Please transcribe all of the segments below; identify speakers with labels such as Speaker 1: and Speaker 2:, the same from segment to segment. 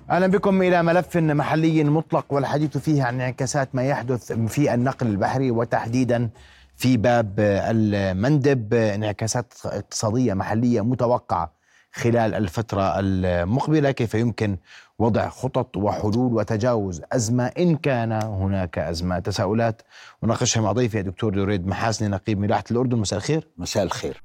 Speaker 1: أهلا بكم إلى ملف محلي مطلق والحديث فيه عن انعكاسات ما يحدث في النقل البحري وتحديدا في باب المندب، انعكاسات اقتصادية محلية متوقعة خلال الفترة المقبلة. كيف يمكن وضع خطط وحلول وتجاوز أزمة إن كان هناك أزمة؟ تساؤلات وناقشها مع ضيفي الدكتور دريد محاسني نقيب ملاحة الأردن. مساء الخير.
Speaker 2: مساء الخير.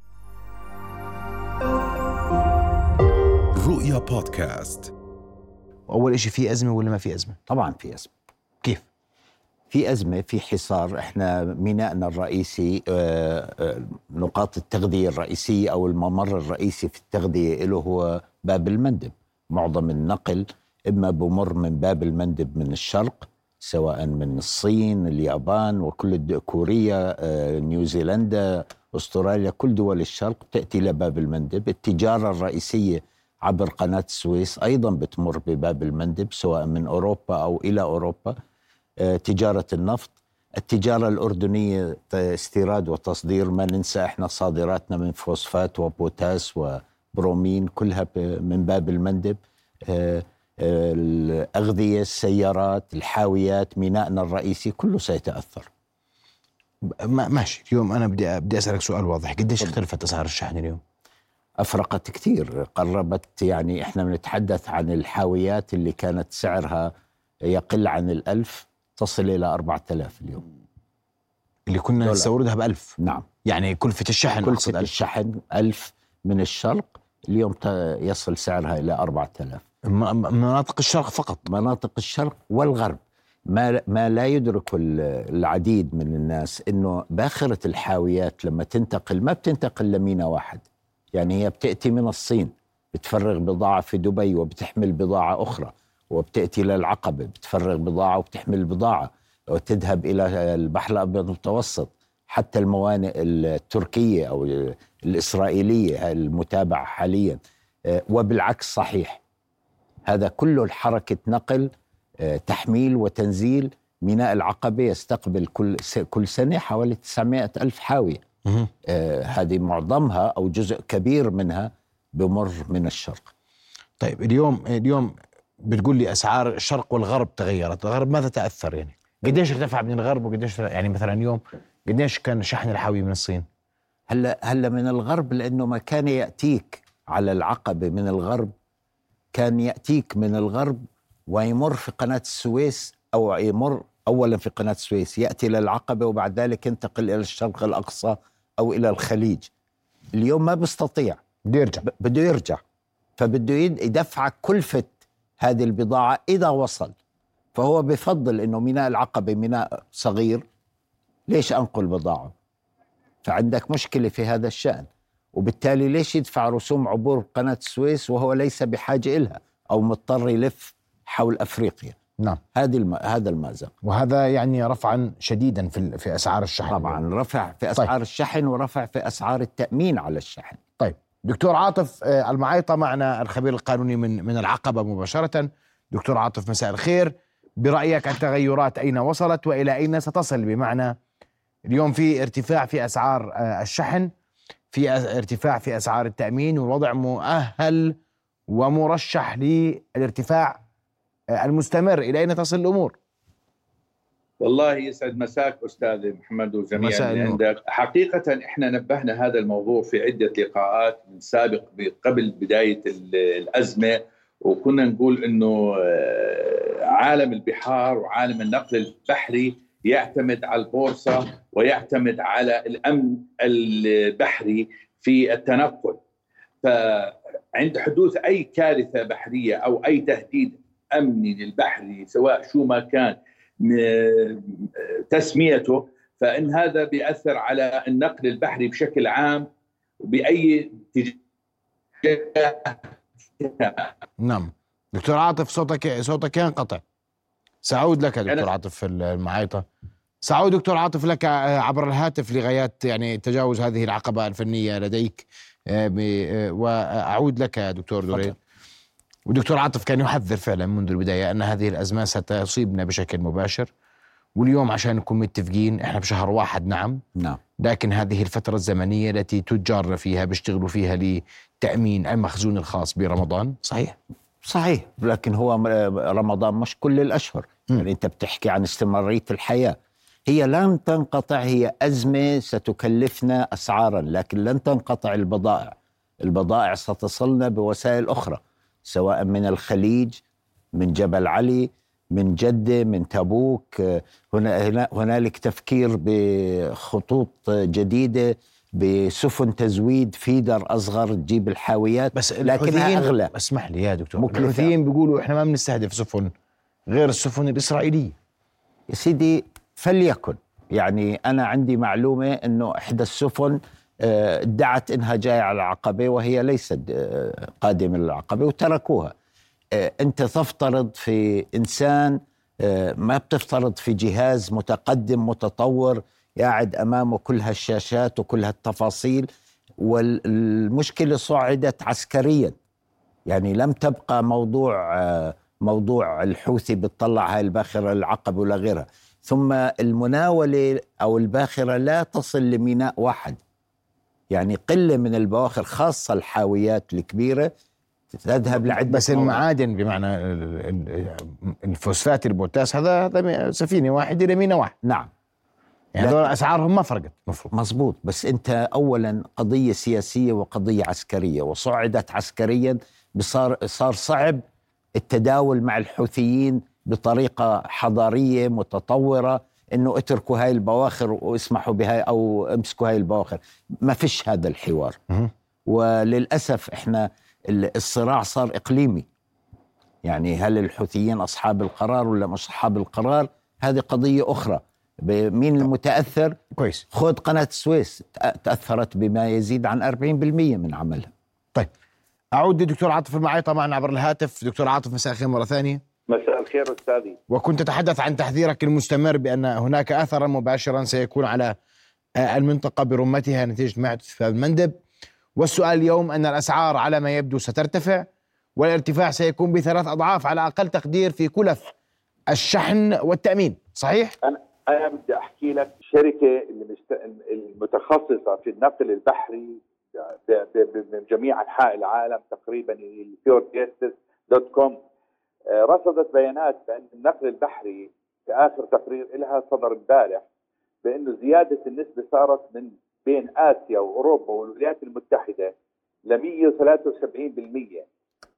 Speaker 3: رؤيا بودكاست.
Speaker 1: أول إشي، في أزمة ولا ما في أزمة؟
Speaker 2: طبعا في أزمة.
Speaker 1: كيف؟
Speaker 2: في أزمة، في حصار. احنا مينائنا الرئيسي، نقاط التغذية الرئيسية أو الممر الرئيسي في التغذية له هو باب المندب. معظم النقل إما بمر من باب المندب من الشرق، سواء من الصين، اليابان وكل كوريا، نيوزيلندا، أستراليا، كل دول الشرق تأتي لباب المندب. التجارة الرئيسية عبر قناة السويس أيضا بتمر بباب المندب، سواء من أوروبا أو إلى أوروبا. تجارة النفط، التجارة الأردنية، استيراد وتصدير. ما ننسى إحنا صادراتنا من فوسفات وبوتاس وبرومين كلها من باب المندب. الأغذية، السيارات، الحاويات، مينائنا الرئيسي كله سيتأثر.
Speaker 1: ماشي. اليوم أنا بدي أسألك سؤال واضح. قديش اختلفت أسعار الشحن اليوم؟
Speaker 2: أفرقت كتير، قربت. يعني إحنا بنتحدث عن الحاويات اللي كانت سعرها يقل عن 1000 تصل إلى 4000 اليوم،
Speaker 1: اللي كنا نستوردها ب1000.
Speaker 2: نعم.
Speaker 1: يعني كلفة الشحن،
Speaker 2: كلفة الشحن 1000 من الشرق، اليوم يصل سعرها إلى 4000.
Speaker 1: مناطق الشرق فقط.
Speaker 2: مناطق الشرق والغرب. ما لا يدرك العديد من الناس إنه باخرة الحاويات لما تنتقل ما بتنتقل لميناء واحد. يعني هي بتأتي من الصين، بتفرغ بضاعة في دبي وبتحمل بضاعة أخرى، وبتأتي للعقبة بتفرغ بضاعة وبتحمل بضاعة، وتذهب إلى البحر الأبيض المتوسط. حتى الموانئ التركية أو الإسرائيلية المتابعة حاليا، وبالعكس صحيح. هذا كله الحركة نقل، تحميل وتنزيل. ميناء العقبة يستقبل كل سنة حوالي 900 ألف حاوية. هذه معظمها أو جزء كبير منها بمر من الشرق.
Speaker 1: طيب اليوم بتقول لي أسعار الشرق والغرب تغيرت. الغرب ماذا تأثر؟ يعني قديش ارتفع من الغرب وقديش، يعني مثلا اليوم قديش كان شحن الحاوي من الصين؟
Speaker 2: هلا من الغرب، لأنه ما كان يأتيك على العقبة من الغرب، كان يأتيك من الغرب ويمر في قناة السويس، أو يمر أولا في قناة السويس، يأتي للعقبة وبعد ذلك ينتقل إلى الشرق الأقصى أو إلى الخليج. اليوم ما بيستطيع، بده يرجع، فبده يدفع كلفة هذه البضاعة إذا وصل. فهو بفضل إنه ميناء العقبة ميناء صغير، ليش أنقل بضاعة؟ فعندك مشكلة في هذا الشأن. وبالتالي ليش يدفع رسوم عبور قناة السويس وهو ليس بحاجة إلها، أو مضطر يلف حول أفريقيا؟
Speaker 1: نعم.
Speaker 2: هذا المأزق،
Speaker 1: وهذا يعني رفعا شديدا في أسعار الشحن.
Speaker 2: طبعا رفع في أسعار الشحن ورفع في أسعار التأمين على الشحن.
Speaker 1: طيب دكتور عاطف المعيطة معنا، الخبير القانوني من العقبة مباشرة. دكتور عاطف مساء الخير. برأيك التغيرات أين وصلت وإلى أين ستصل؟ بمعنى اليوم في ارتفاع في أسعار الشحن، في ارتفاع في أسعار التأمين، والوضع مؤهل ومرشح للارتفاع المستمر. إلى أين تصل الأمور؟
Speaker 4: والله يسعد مساك أستاذ محمد وجميعا اللي عندك. حقيقة إحنا نبهنا هذا الموضوع في عدة لقاءات من سابق قبل بداية الأزمة، وكنا نقول إنه عالم البحار وعالم النقل البحري يعتمد على البورصة ويعتمد على الأمن البحري في التنقل. فعند حدوث أي كارثة بحرية أو أي تهديد أمني للبحري، سواء شو ما كان تسميته، فإن هذا بيأثر على النقل البحري بشكل عام بأي اتجاه.
Speaker 1: نعم دكتور عاطف، صوتك ينقطع. سأعود لك دكتور عاطف في المعايطة. سأعود دكتور عاطف لك عبر الهاتف لغايات يعني تجاوز هذه العقبة الفنية لديك، وأعود لك دكتور دريد. ودكتور عاطف كان يحذر فعلا منذ البداية أن هذه الأزمة ستصيبنا بشكل مباشر. واليوم عشان نكون متفقين احنا بشهر 1. نعم. لكن هذه الفترة الزمنية التي تجار فيها بيشتغلوا فيها لتأمين المخزون الخاص برمضان. صحيح
Speaker 2: صحيح، لكن هو رمضان مش كل الأشهر. يعني أنت بتحكي عن استمرارية الحياة، هي لن تنقطع، هي أزمة ستكلفنا أسعارا، لكن لن تنقطع البضائع. البضائع ستصلنا بوسائل أخرى، سواء من الخليج، من جبل علي، من جدة، من تبوك. هنالك تفكير بخطوط جديدة، بسفن تزويد فيدر أصغر تجيب الحاويات،
Speaker 1: بس
Speaker 2: لكنها أغلى.
Speaker 1: اسمح لي يا دكتور،
Speaker 2: مكلفة.
Speaker 1: الحوثيين بيقولوا إحنا ما بنستهدف سفن غير السفن الإسرائيلية.
Speaker 2: يا سيدي فليكن، يعني أنا عندي معلومة أنه إحدى السفن ادعت أنها جاية على العقبة وهي ليست قادمة للعقبة وتركوها. أنت تفترض في إنسان، ما بتفترض في جهاز متقدم متطور قاعد أمامه كل هالشاشات وكل هالتفاصيل. والمشكلة صعدت عسكريا، يعني لم تبقى موضوع الحوثي بتطلع هاي الباخرة العقبة ولا غيرها. ثم المناولة أو الباخرة لا تصل لميناء واحد، يعني قلة من البواخر خاصة الحاويات الكبيرة تذهب لعدة.
Speaker 1: بس المعادن بمعنى الفوسفات البوتاس هذا سفينة واحدة لميناء واحد.
Speaker 2: نعم،
Speaker 1: يعني هذول أسعارهم ما فرقت مفروض.
Speaker 2: مزبوط، بس أنت أولا قضية سياسية وقضية عسكرية، وصعدت عسكريا. صار صعب التداول مع الحوثيين بطريقة حضارية متطورة، إنه اتركوا هاي البواخر واسمحوا بهاي أو امسكوا هاي البواخر. ما فيش هذا الحوار. وللأسف إحنا الصراع صار إقليمي، يعني هل الحوثيين أصحاب القرار ولا مش أصحاب القرار؟ هذه قضية أخرى. مين المتأثر؟
Speaker 1: كويس.
Speaker 2: خذ قناة السويس، تأثرت بما يزيد عن 40% من عملها.
Speaker 1: طيب أعود للدكتور عاطف معي طبعا عبر الهاتف. دكتور عاطف، مساء الخير مرة ثانية.
Speaker 5: مساء الخير أستاذي.
Speaker 1: وكنت تتحدث عن تحذيرك المستمر بأن هناك أثرا مباشرا سيكون على المنطقة برمتها نتيجة ما يحدث في المندب، والسؤال اليوم أن الأسعار على ما يبدو سترتفع، والارتفاع سيكون ب3 أضعاف على أقل تقدير في كلف الشحن والتأمين، صحيح؟
Speaker 5: أنا بدي أحكي لك، الشركة المتخصصة في النقل البحري من جميع أنحاء العالم تقريبا، fjordgases.com، رصدت بيانات بأن النقل البحري في آخر تقرير لها صدر امبارح بأنه زيادة النسبة صارت من بين آسيا وأوروبا والولايات المتحدة ل 173%.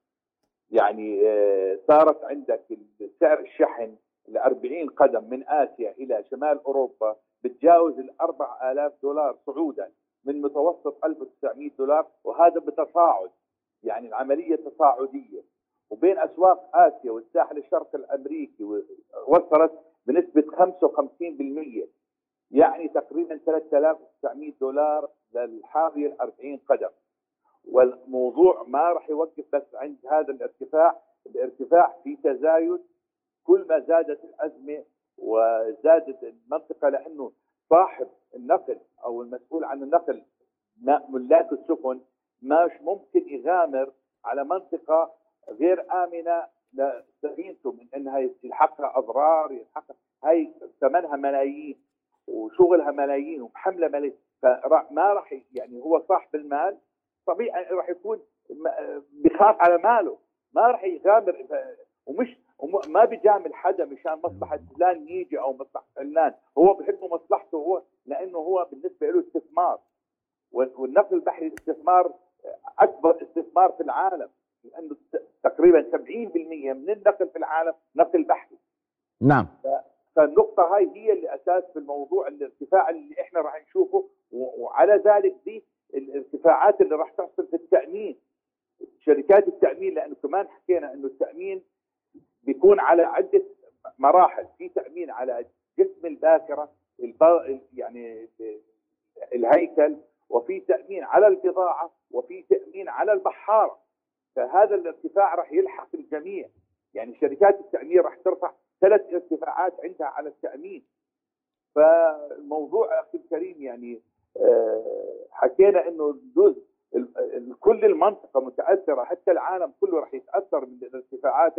Speaker 5: يعني صارت عندك سعر الشحن ل40 قدم من آسيا إلى شمال أوروبا بتجاوز $4,000 صعودا من متوسط $1,900، وهذا بتصاعد، يعني العملية تصاعدية. وبين أسواق آسيا والساحل الشرقي الأمريكي وصلت بنسبة 55%، يعني تقريبا $3,900 للحاوية 40 قدم. والموضوع ما راح يوقف بس عند هذا الارتفاع في تزايد كل ما زادت الأزمة وزادت المنطقة، لأنه صاحب النقل أو المسؤول عن النقل ملاك السفن مش ممكن يغامر على منطقة غير آمنة لسفينته من أنها يلحقها أضرار، يلحقها هاي ثمنها ملايين وشغلها ملايين ومحملة ملايين. فما راح، يعني هو صاحب المال طبيعي راح يكون بخاف على ماله، ما راح يغامر ما بيجامل حدا مشان مصلحة فلان يجي أو مصلحة فلان، هو بحب مصلحته هو، لأنه هو بالنسبة له استثمار. والنقل البحري استثمار، أكبر استثمار في العالم، لأنه تقريبا 70% من النقل في العالم نقل بحري.
Speaker 1: نعم.
Speaker 5: فالنقطة هاي هي اللي أساس في الموضوع، الارتفاع اللي إحنا راح نشوفه. وعلى ذلك دي الارتفاعات اللي راح تحصل في التأمين، شركات التأمين، لأنه كمان حكينا أنه التأمين بيكون على عدة مراحل. في تأمين على جسم الباكرة يعني الهيكل، وفي تأمين على البضاعة، وفي تأمين على البحارة. فهذا الارتفاع راح يلحق الجميع، يعني شركات التأمين راح ترفع 3 ارتفاعات عندها على التأمين. فالموضوع أخي الكريم يعني حكينا أنه كل المنطقة متأثرة، حتى العالم كله راح يتأثر من ارتفاعات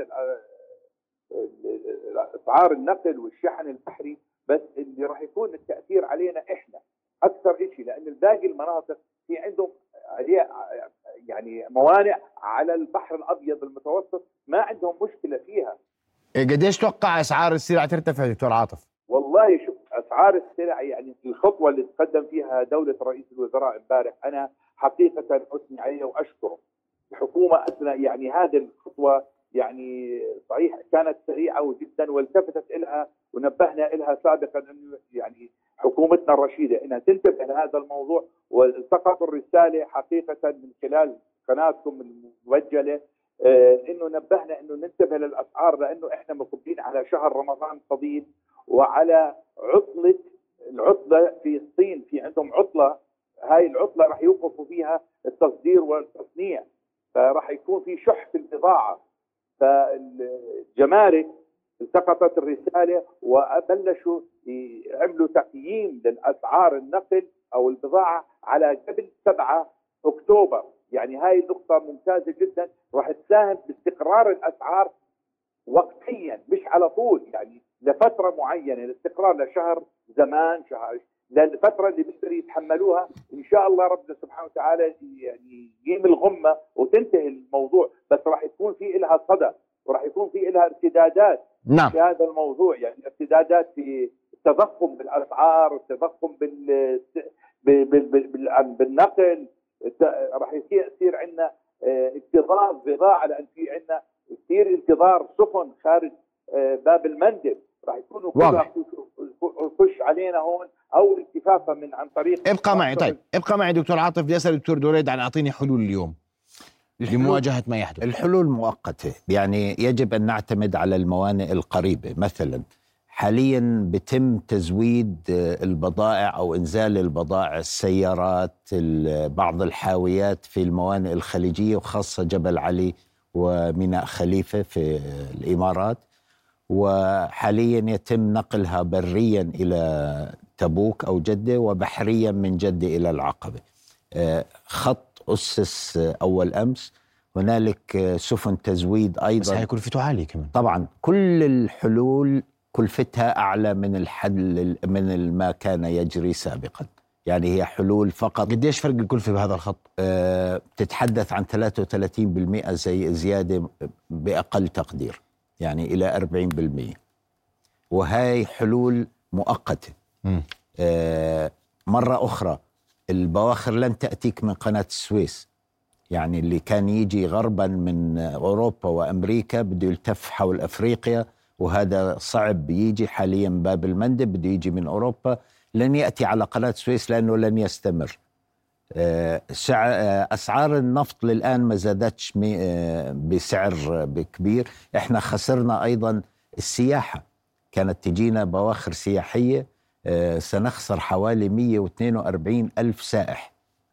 Speaker 5: أسعار النقل والشحن البحري. بس اللي راح يكون التأثير علينا إحنا أكثر إشي، لأن باقي المناطق في عندهم يعني موانئ على البحر الأبيض المتوسط ما عندهم مشكلة فيها.
Speaker 1: قديش توقع أسعار السلع ترتفع دكتور عاطف؟
Speaker 5: والله شوف أسعار السلع، يعني الخطوة اللي تقدم فيها دولة رئيس الوزراء امبارح أنا حقيقة أثني عليه وأشكره. الحكومة أثنى، يعني هذه الخطوة يعني صحيح كانت سريعة جدا والتفتت إلها ونبهنا إلها سابقا، أنه يعني حكومتنا الرشيدة أنها تنتبه لهذا الموضوع، والتقطوا الرسالة حقيقة من خلال قناتكم الموجلة، انه نبهنا انه ننتبه للاسعار، لانه احنا مقبلين على شهر رمضان فضيل وعلى العطله في الصين، في عندهم عطله، هاي العطله راح يوقفوا فيها التصدير والتصنيع، فراح يكون في شح في البضاعه. فالجمارك التقطت الرساله وبلشوا يعملوا تقييم للاسعار النقل او البضاعه على قبل 7 أكتوبر. يعني هاي النقطة ممتازة جدا، راح تساهم باستقرار الأسعار وقتيا مش على طول، يعني لفترة معينة، الاستقرار لشهر زمان، للفترة اللي بيقدروا يتحملوها. إن شاء الله ربنا سبحانه وتعالى يعني يجيم الغمة وتنتهي الموضوع، بس راح يكون في إلها صدى وراح يكون في إلها ارتدادات.
Speaker 1: نعم.
Speaker 5: في هذا الموضوع، يعني ارتدادات في التضخم بالأسعار، التضخم بالنقل، راح يصير عندنا انتظار بضاعة، لأن في عندنا كثير انتظار سفن خارج باب المندب، راح يكونوا كلها خش علينا هون أو التفافة من عن طريق.
Speaker 1: ابقى معي. طيب ابقى معي دكتور عاطف، بدي أسأل دكتور دريد عن أعطيني حلول اليوم لمواجهة ما يحدث.
Speaker 2: الحلول مؤقتة، يعني يجب أن نعتمد على الموانئ القريبة. مثلا حاليا بتم تزويد البضائع أو إنزال البضائع، السيارات، بعض الحاويات في الموانئ الخليجية، وخاصة جبل علي وميناء خليفة في الإمارات، وحاليا يتم نقلها بريا إلى تبوك أو جدة، وبحريا من جدة إلى العقبة. خط أسس أول أمس، هنالك سفن تزويد أيضا،
Speaker 1: بس هيكون كلفته عالية كمان.
Speaker 2: طبعا كل الحلول كلفتها أعلى من الحل من ما كان يجري سابقا، يعني هي حلول فقط.
Speaker 1: قديش فرق الكلفة بهذا الخط؟
Speaker 2: تتحدث عن 33% زيادة بأقل تقدير، يعني إلى 40%، وهي حلول مؤقتة. مرة أخرى البواخر لن تأتيك من قناة السويس، يعني اللي كان يجي غربا من أوروبا وأمريكا بده يلتف حول أفريقيا، وهذا صعب يجي حاليا باب المندب، بده يجي من أوروبا، لن يأتي على قناة السويس لأنه لن يستمر. أسعار النفط للآن ما زادتش بسعر كبير. احنا خسرنا أيضا السياحة، كانت تجينا بواخر سياحية، سنخسر حوالي 142 ألف سائح.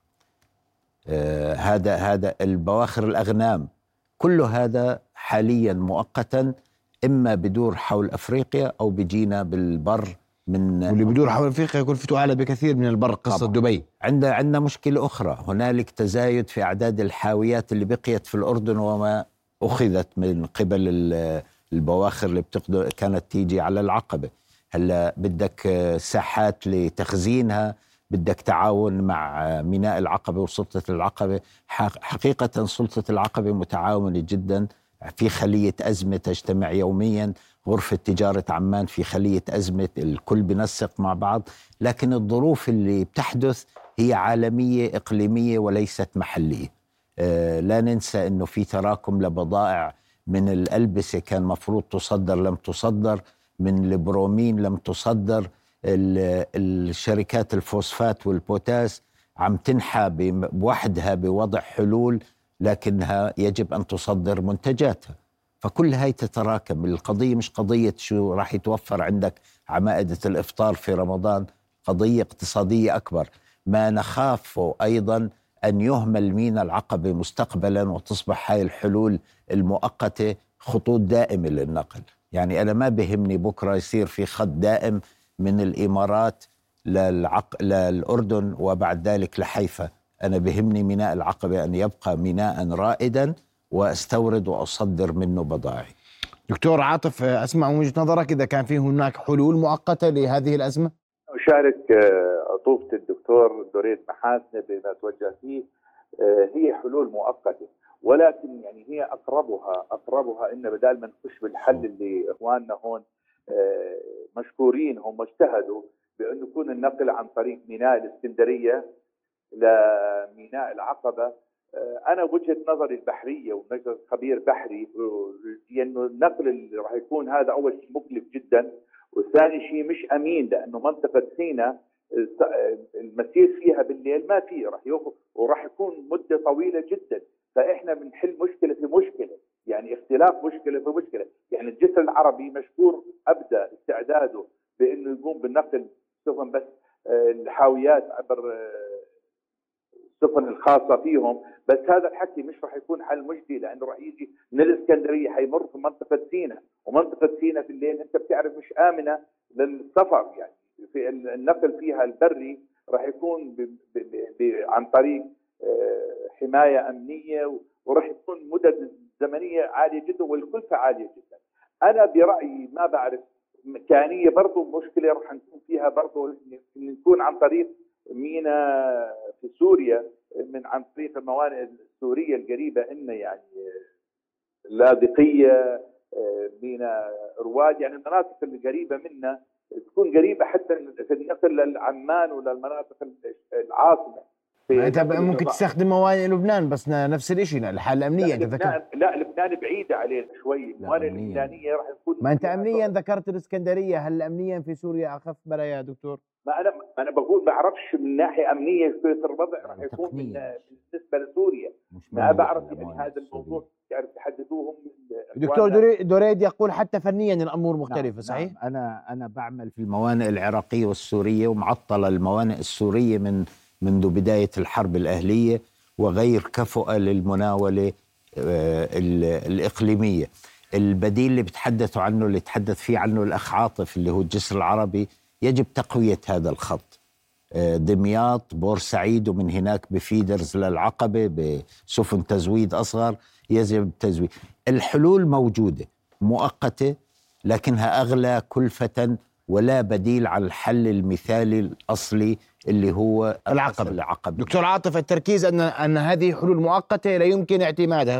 Speaker 2: هذا البواخر الأغنام، كل هذا حاليا مؤقتا، إما بدور حول أفريقيا أو بيجينا بالبر من،
Speaker 1: واللي بدور حول أفريقيا كلفته أعلى بكثير من البر. قصة دبي
Speaker 2: عندنا مشكلة أخرى، هنالك تزايد في أعداد الحاويات اللي بقيت في الأردن وما أخذت من قبل البواخر اللي كانت تيجي على العقبة. هلا بدك ساحات لتخزينها، بدك تعاون مع ميناء العقبة وسلطة العقبة. حقيقة سلطة العقبة متعاونة جدا، في خلية أزمة تجتمع يوميا، غرفة تجارة عمان في خلية أزمة، الكل بنسق مع بعض، لكن الظروف اللي بتحدث هي عالمية إقليمية وليست محلية. لا ننسى أنه في تراكم لبضائع من الألبسة كان مفروض تصدر لم تصدر، من البرومين لم تصدر، الشركات الفوسفات والبوتاس عم تنحى بوحدها بوضع حلول، لكنها يجب أن تصدر منتجاتها. فكل هاي تتراكم. القضية مش قضية شو راح يتوفر عندك عمائدة الإفطار في رمضان، قضية اقتصادية أكبر. ما نخاف أيضا أن يهمل ميناء العقبة مستقبلا وتصبح هاي الحلول المؤقتة خطوط دائمة للنقل. يعني أنا ما بهمني بكرة يصير في خط دائم من الإمارات للأردن وبعد ذلك لحيفا. أنا بهمني ميناء العقبة أن يبقى ميناء رائدا وأستورد وأصدر منه بضائعي.
Speaker 1: دكتور عاطف، أسمع من وجهة نظرك إذا كان فيه هناك حلول مؤقتة لهذه الأزمة؟
Speaker 5: أشارك عطوفة الدكتور دريد محاسنة بما توجه فيه. هي حلول مؤقتة، ولكن يعني هي أقربها إن بدال ما نخش بالحل اللي إخواننا هون مشكورين هم اجتهدوا بأن يكون النقل عن طريق ميناء الإسكندرية لميناء العقبة. أنا وجهة نظري البحرية ونجد خبير بحري إنه النقل اللي راح يكون هذا أول شيء مكلف جدا، والثاني شيء مش أمين، لأنه منطقة سيناء المسير فيها بالليل ما فيه، وراح يكون مدة طويلة جدا. فإحنا بنحل مشكلة في مشكلة، يعني اختلاف مشكلة في مشكلة. يعني الجسر العربي مشكور أبدأ استعداده بأنه يقوم بالنقل سفن، بس الحاويات عبر السفن الخاصة فيهم، بس هذا الحكي مش راح يكون حل مجدي، لأنه راح يجي من الإسكندرية حيمر في منطقة سيناء، ومنطقة سيناء في الليل أنت بتعرف مش آمنة للسفر. يعني في النقل فيها البري راح يكون عن طريق حماية أمنية، وراح يكون مدد زمنية عالية جدا والكلفة عالية جدا. أنا برأيي ما بعرف مكانية برضو مشكلة راح نكون فيها برضو، نكون عن طريق ميناء في سوريا عن طريق الموانئ السورية القريبة إن يعني اللاذقية، ميناء رواد، يعني المناطق القريبة منا تكون قريبة حتى في النقل للعمان وللمناطق العاصمة.
Speaker 1: انت ممكن تستخدم موانئ لبنان، بس نفس الشيء الحالة الأمنية. انت ذكرت
Speaker 5: لا لبنان بعيدة علينا شوي، الموانئ اللبنانية راح يكون.
Speaker 1: ما انت أمنيا ذكرت الإسكندرية، هل أمنيا في سوريا أخف بلا يا دكتور؟
Speaker 5: ما انا بقول ما بعرفش من ناحية أمنية كيف الوضع راح يكون بالنسبة لسوريا. ما بعرف يعني هذا الموضوع تعرف تحددوهم.
Speaker 1: دكتور دريد يقول حتى فنيا الأمور مختلفة. نعم صحيح.
Speaker 2: نعم. أنا بعمل في الموانئ العراقية والسورية، ومعطلة الموانئ السورية منذ بداية الحرب الأهلية، وغير كفؤة للمناولة الإقليمية. البديل اللي بتحدثوا عنه، اللي تحدث فيه عنه الأخ عاطف، اللي هو الجسر العربي، يجب تقوية هذا الخط. دمياط، بورسعيد، ومن هناك بفيدرز للعقبة بسفن تزويد أصغر يجب تزويد. الحلول موجودة مؤقتة، لكنها أغلى كلفة، ولا بديل عن الحل المثالي الأصلي اللي هو العقبة.
Speaker 1: دكتور عاطف، التركيز أن هذه حلول مؤقتة لا يمكن اعتمادها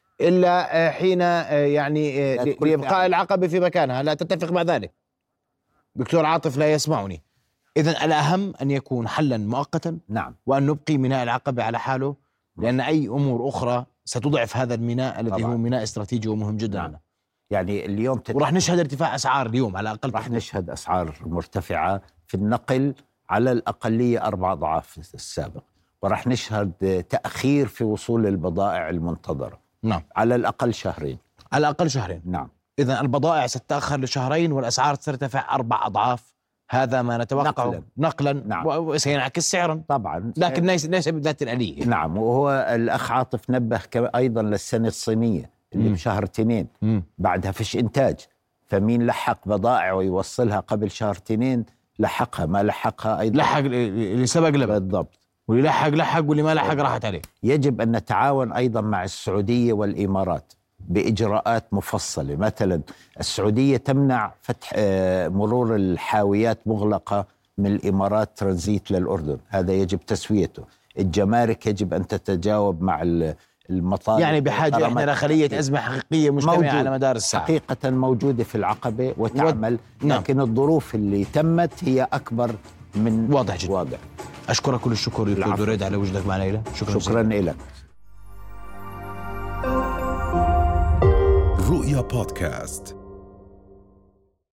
Speaker 1: إلا حين يعني لإبقاء العقبة في مكانها. لا تتفق مع ذلك؟ دكتور عاطف لا يسمعني. إذن الأهم أن يكون حلا مؤقتا.
Speaker 2: نعم.
Speaker 1: وأن نبقي ميناء العقبة على حاله، لأن أي أمور أخرى ستضعف هذا الميناء الذي هو ميناء استراتيجي ومهم جدا.
Speaker 2: نعم. يعني اليوم
Speaker 1: وراح نشهد ارتفاع أسعار اليوم على الأقل.
Speaker 2: راح نشهد أسعار مرتفعة في النقل على الأقلية 4 أضعاف السابق، وراح نشهد تأخير في وصول البضائع المنتظرة.
Speaker 1: نعم.
Speaker 2: على الأقل شهرين.
Speaker 1: على الأقل شهرين.
Speaker 2: نعم.
Speaker 1: إذن البضائع ستتأخر لشهرين والأسعار سترتفع 4 أضعاف. هذا ما نتوقعه نقلا.
Speaker 2: نعم.
Speaker 1: وسينعكس سعرا
Speaker 2: طبعا،
Speaker 1: لكن ليس بذات الآلية.
Speaker 2: نعم. وهو الأخ عاطف نبه أيضا للسنة الصينية اللي بشهر 2 بعدها فيش إنتاج، فمين لحق بضائع ويوصلها قبل شهر 2 لحقها، ما لحقها أيضا
Speaker 1: لحق اللي سبق له.
Speaker 2: بالضبط.
Speaker 1: واللي لحق واللي ما لحق راحت عليه.
Speaker 2: يجب أن نتعاون أيضا مع السعودية والإمارات بإجراءات مفصلة. مثلا السعودية تمنع فتح مرور الحاويات مغلقة من الإمارات ترانزيت للأردن، هذا يجب تسويته. الجمارك يجب أن تتجاوب مع المطالب.
Speaker 1: يعني بحاجة إحنا لخلية أزمة حقيقية مجتمعة على مدار الساعة.
Speaker 2: حقيقة موجودة في العقبة وتعمل. لكن الظروف اللي تمت هي أكبر من
Speaker 1: واضح جدا. أشكرك كل الشكر دكتور دريد على وجودك معنا ليلة.
Speaker 2: شكرا لك.
Speaker 3: رؤيا بودكاست.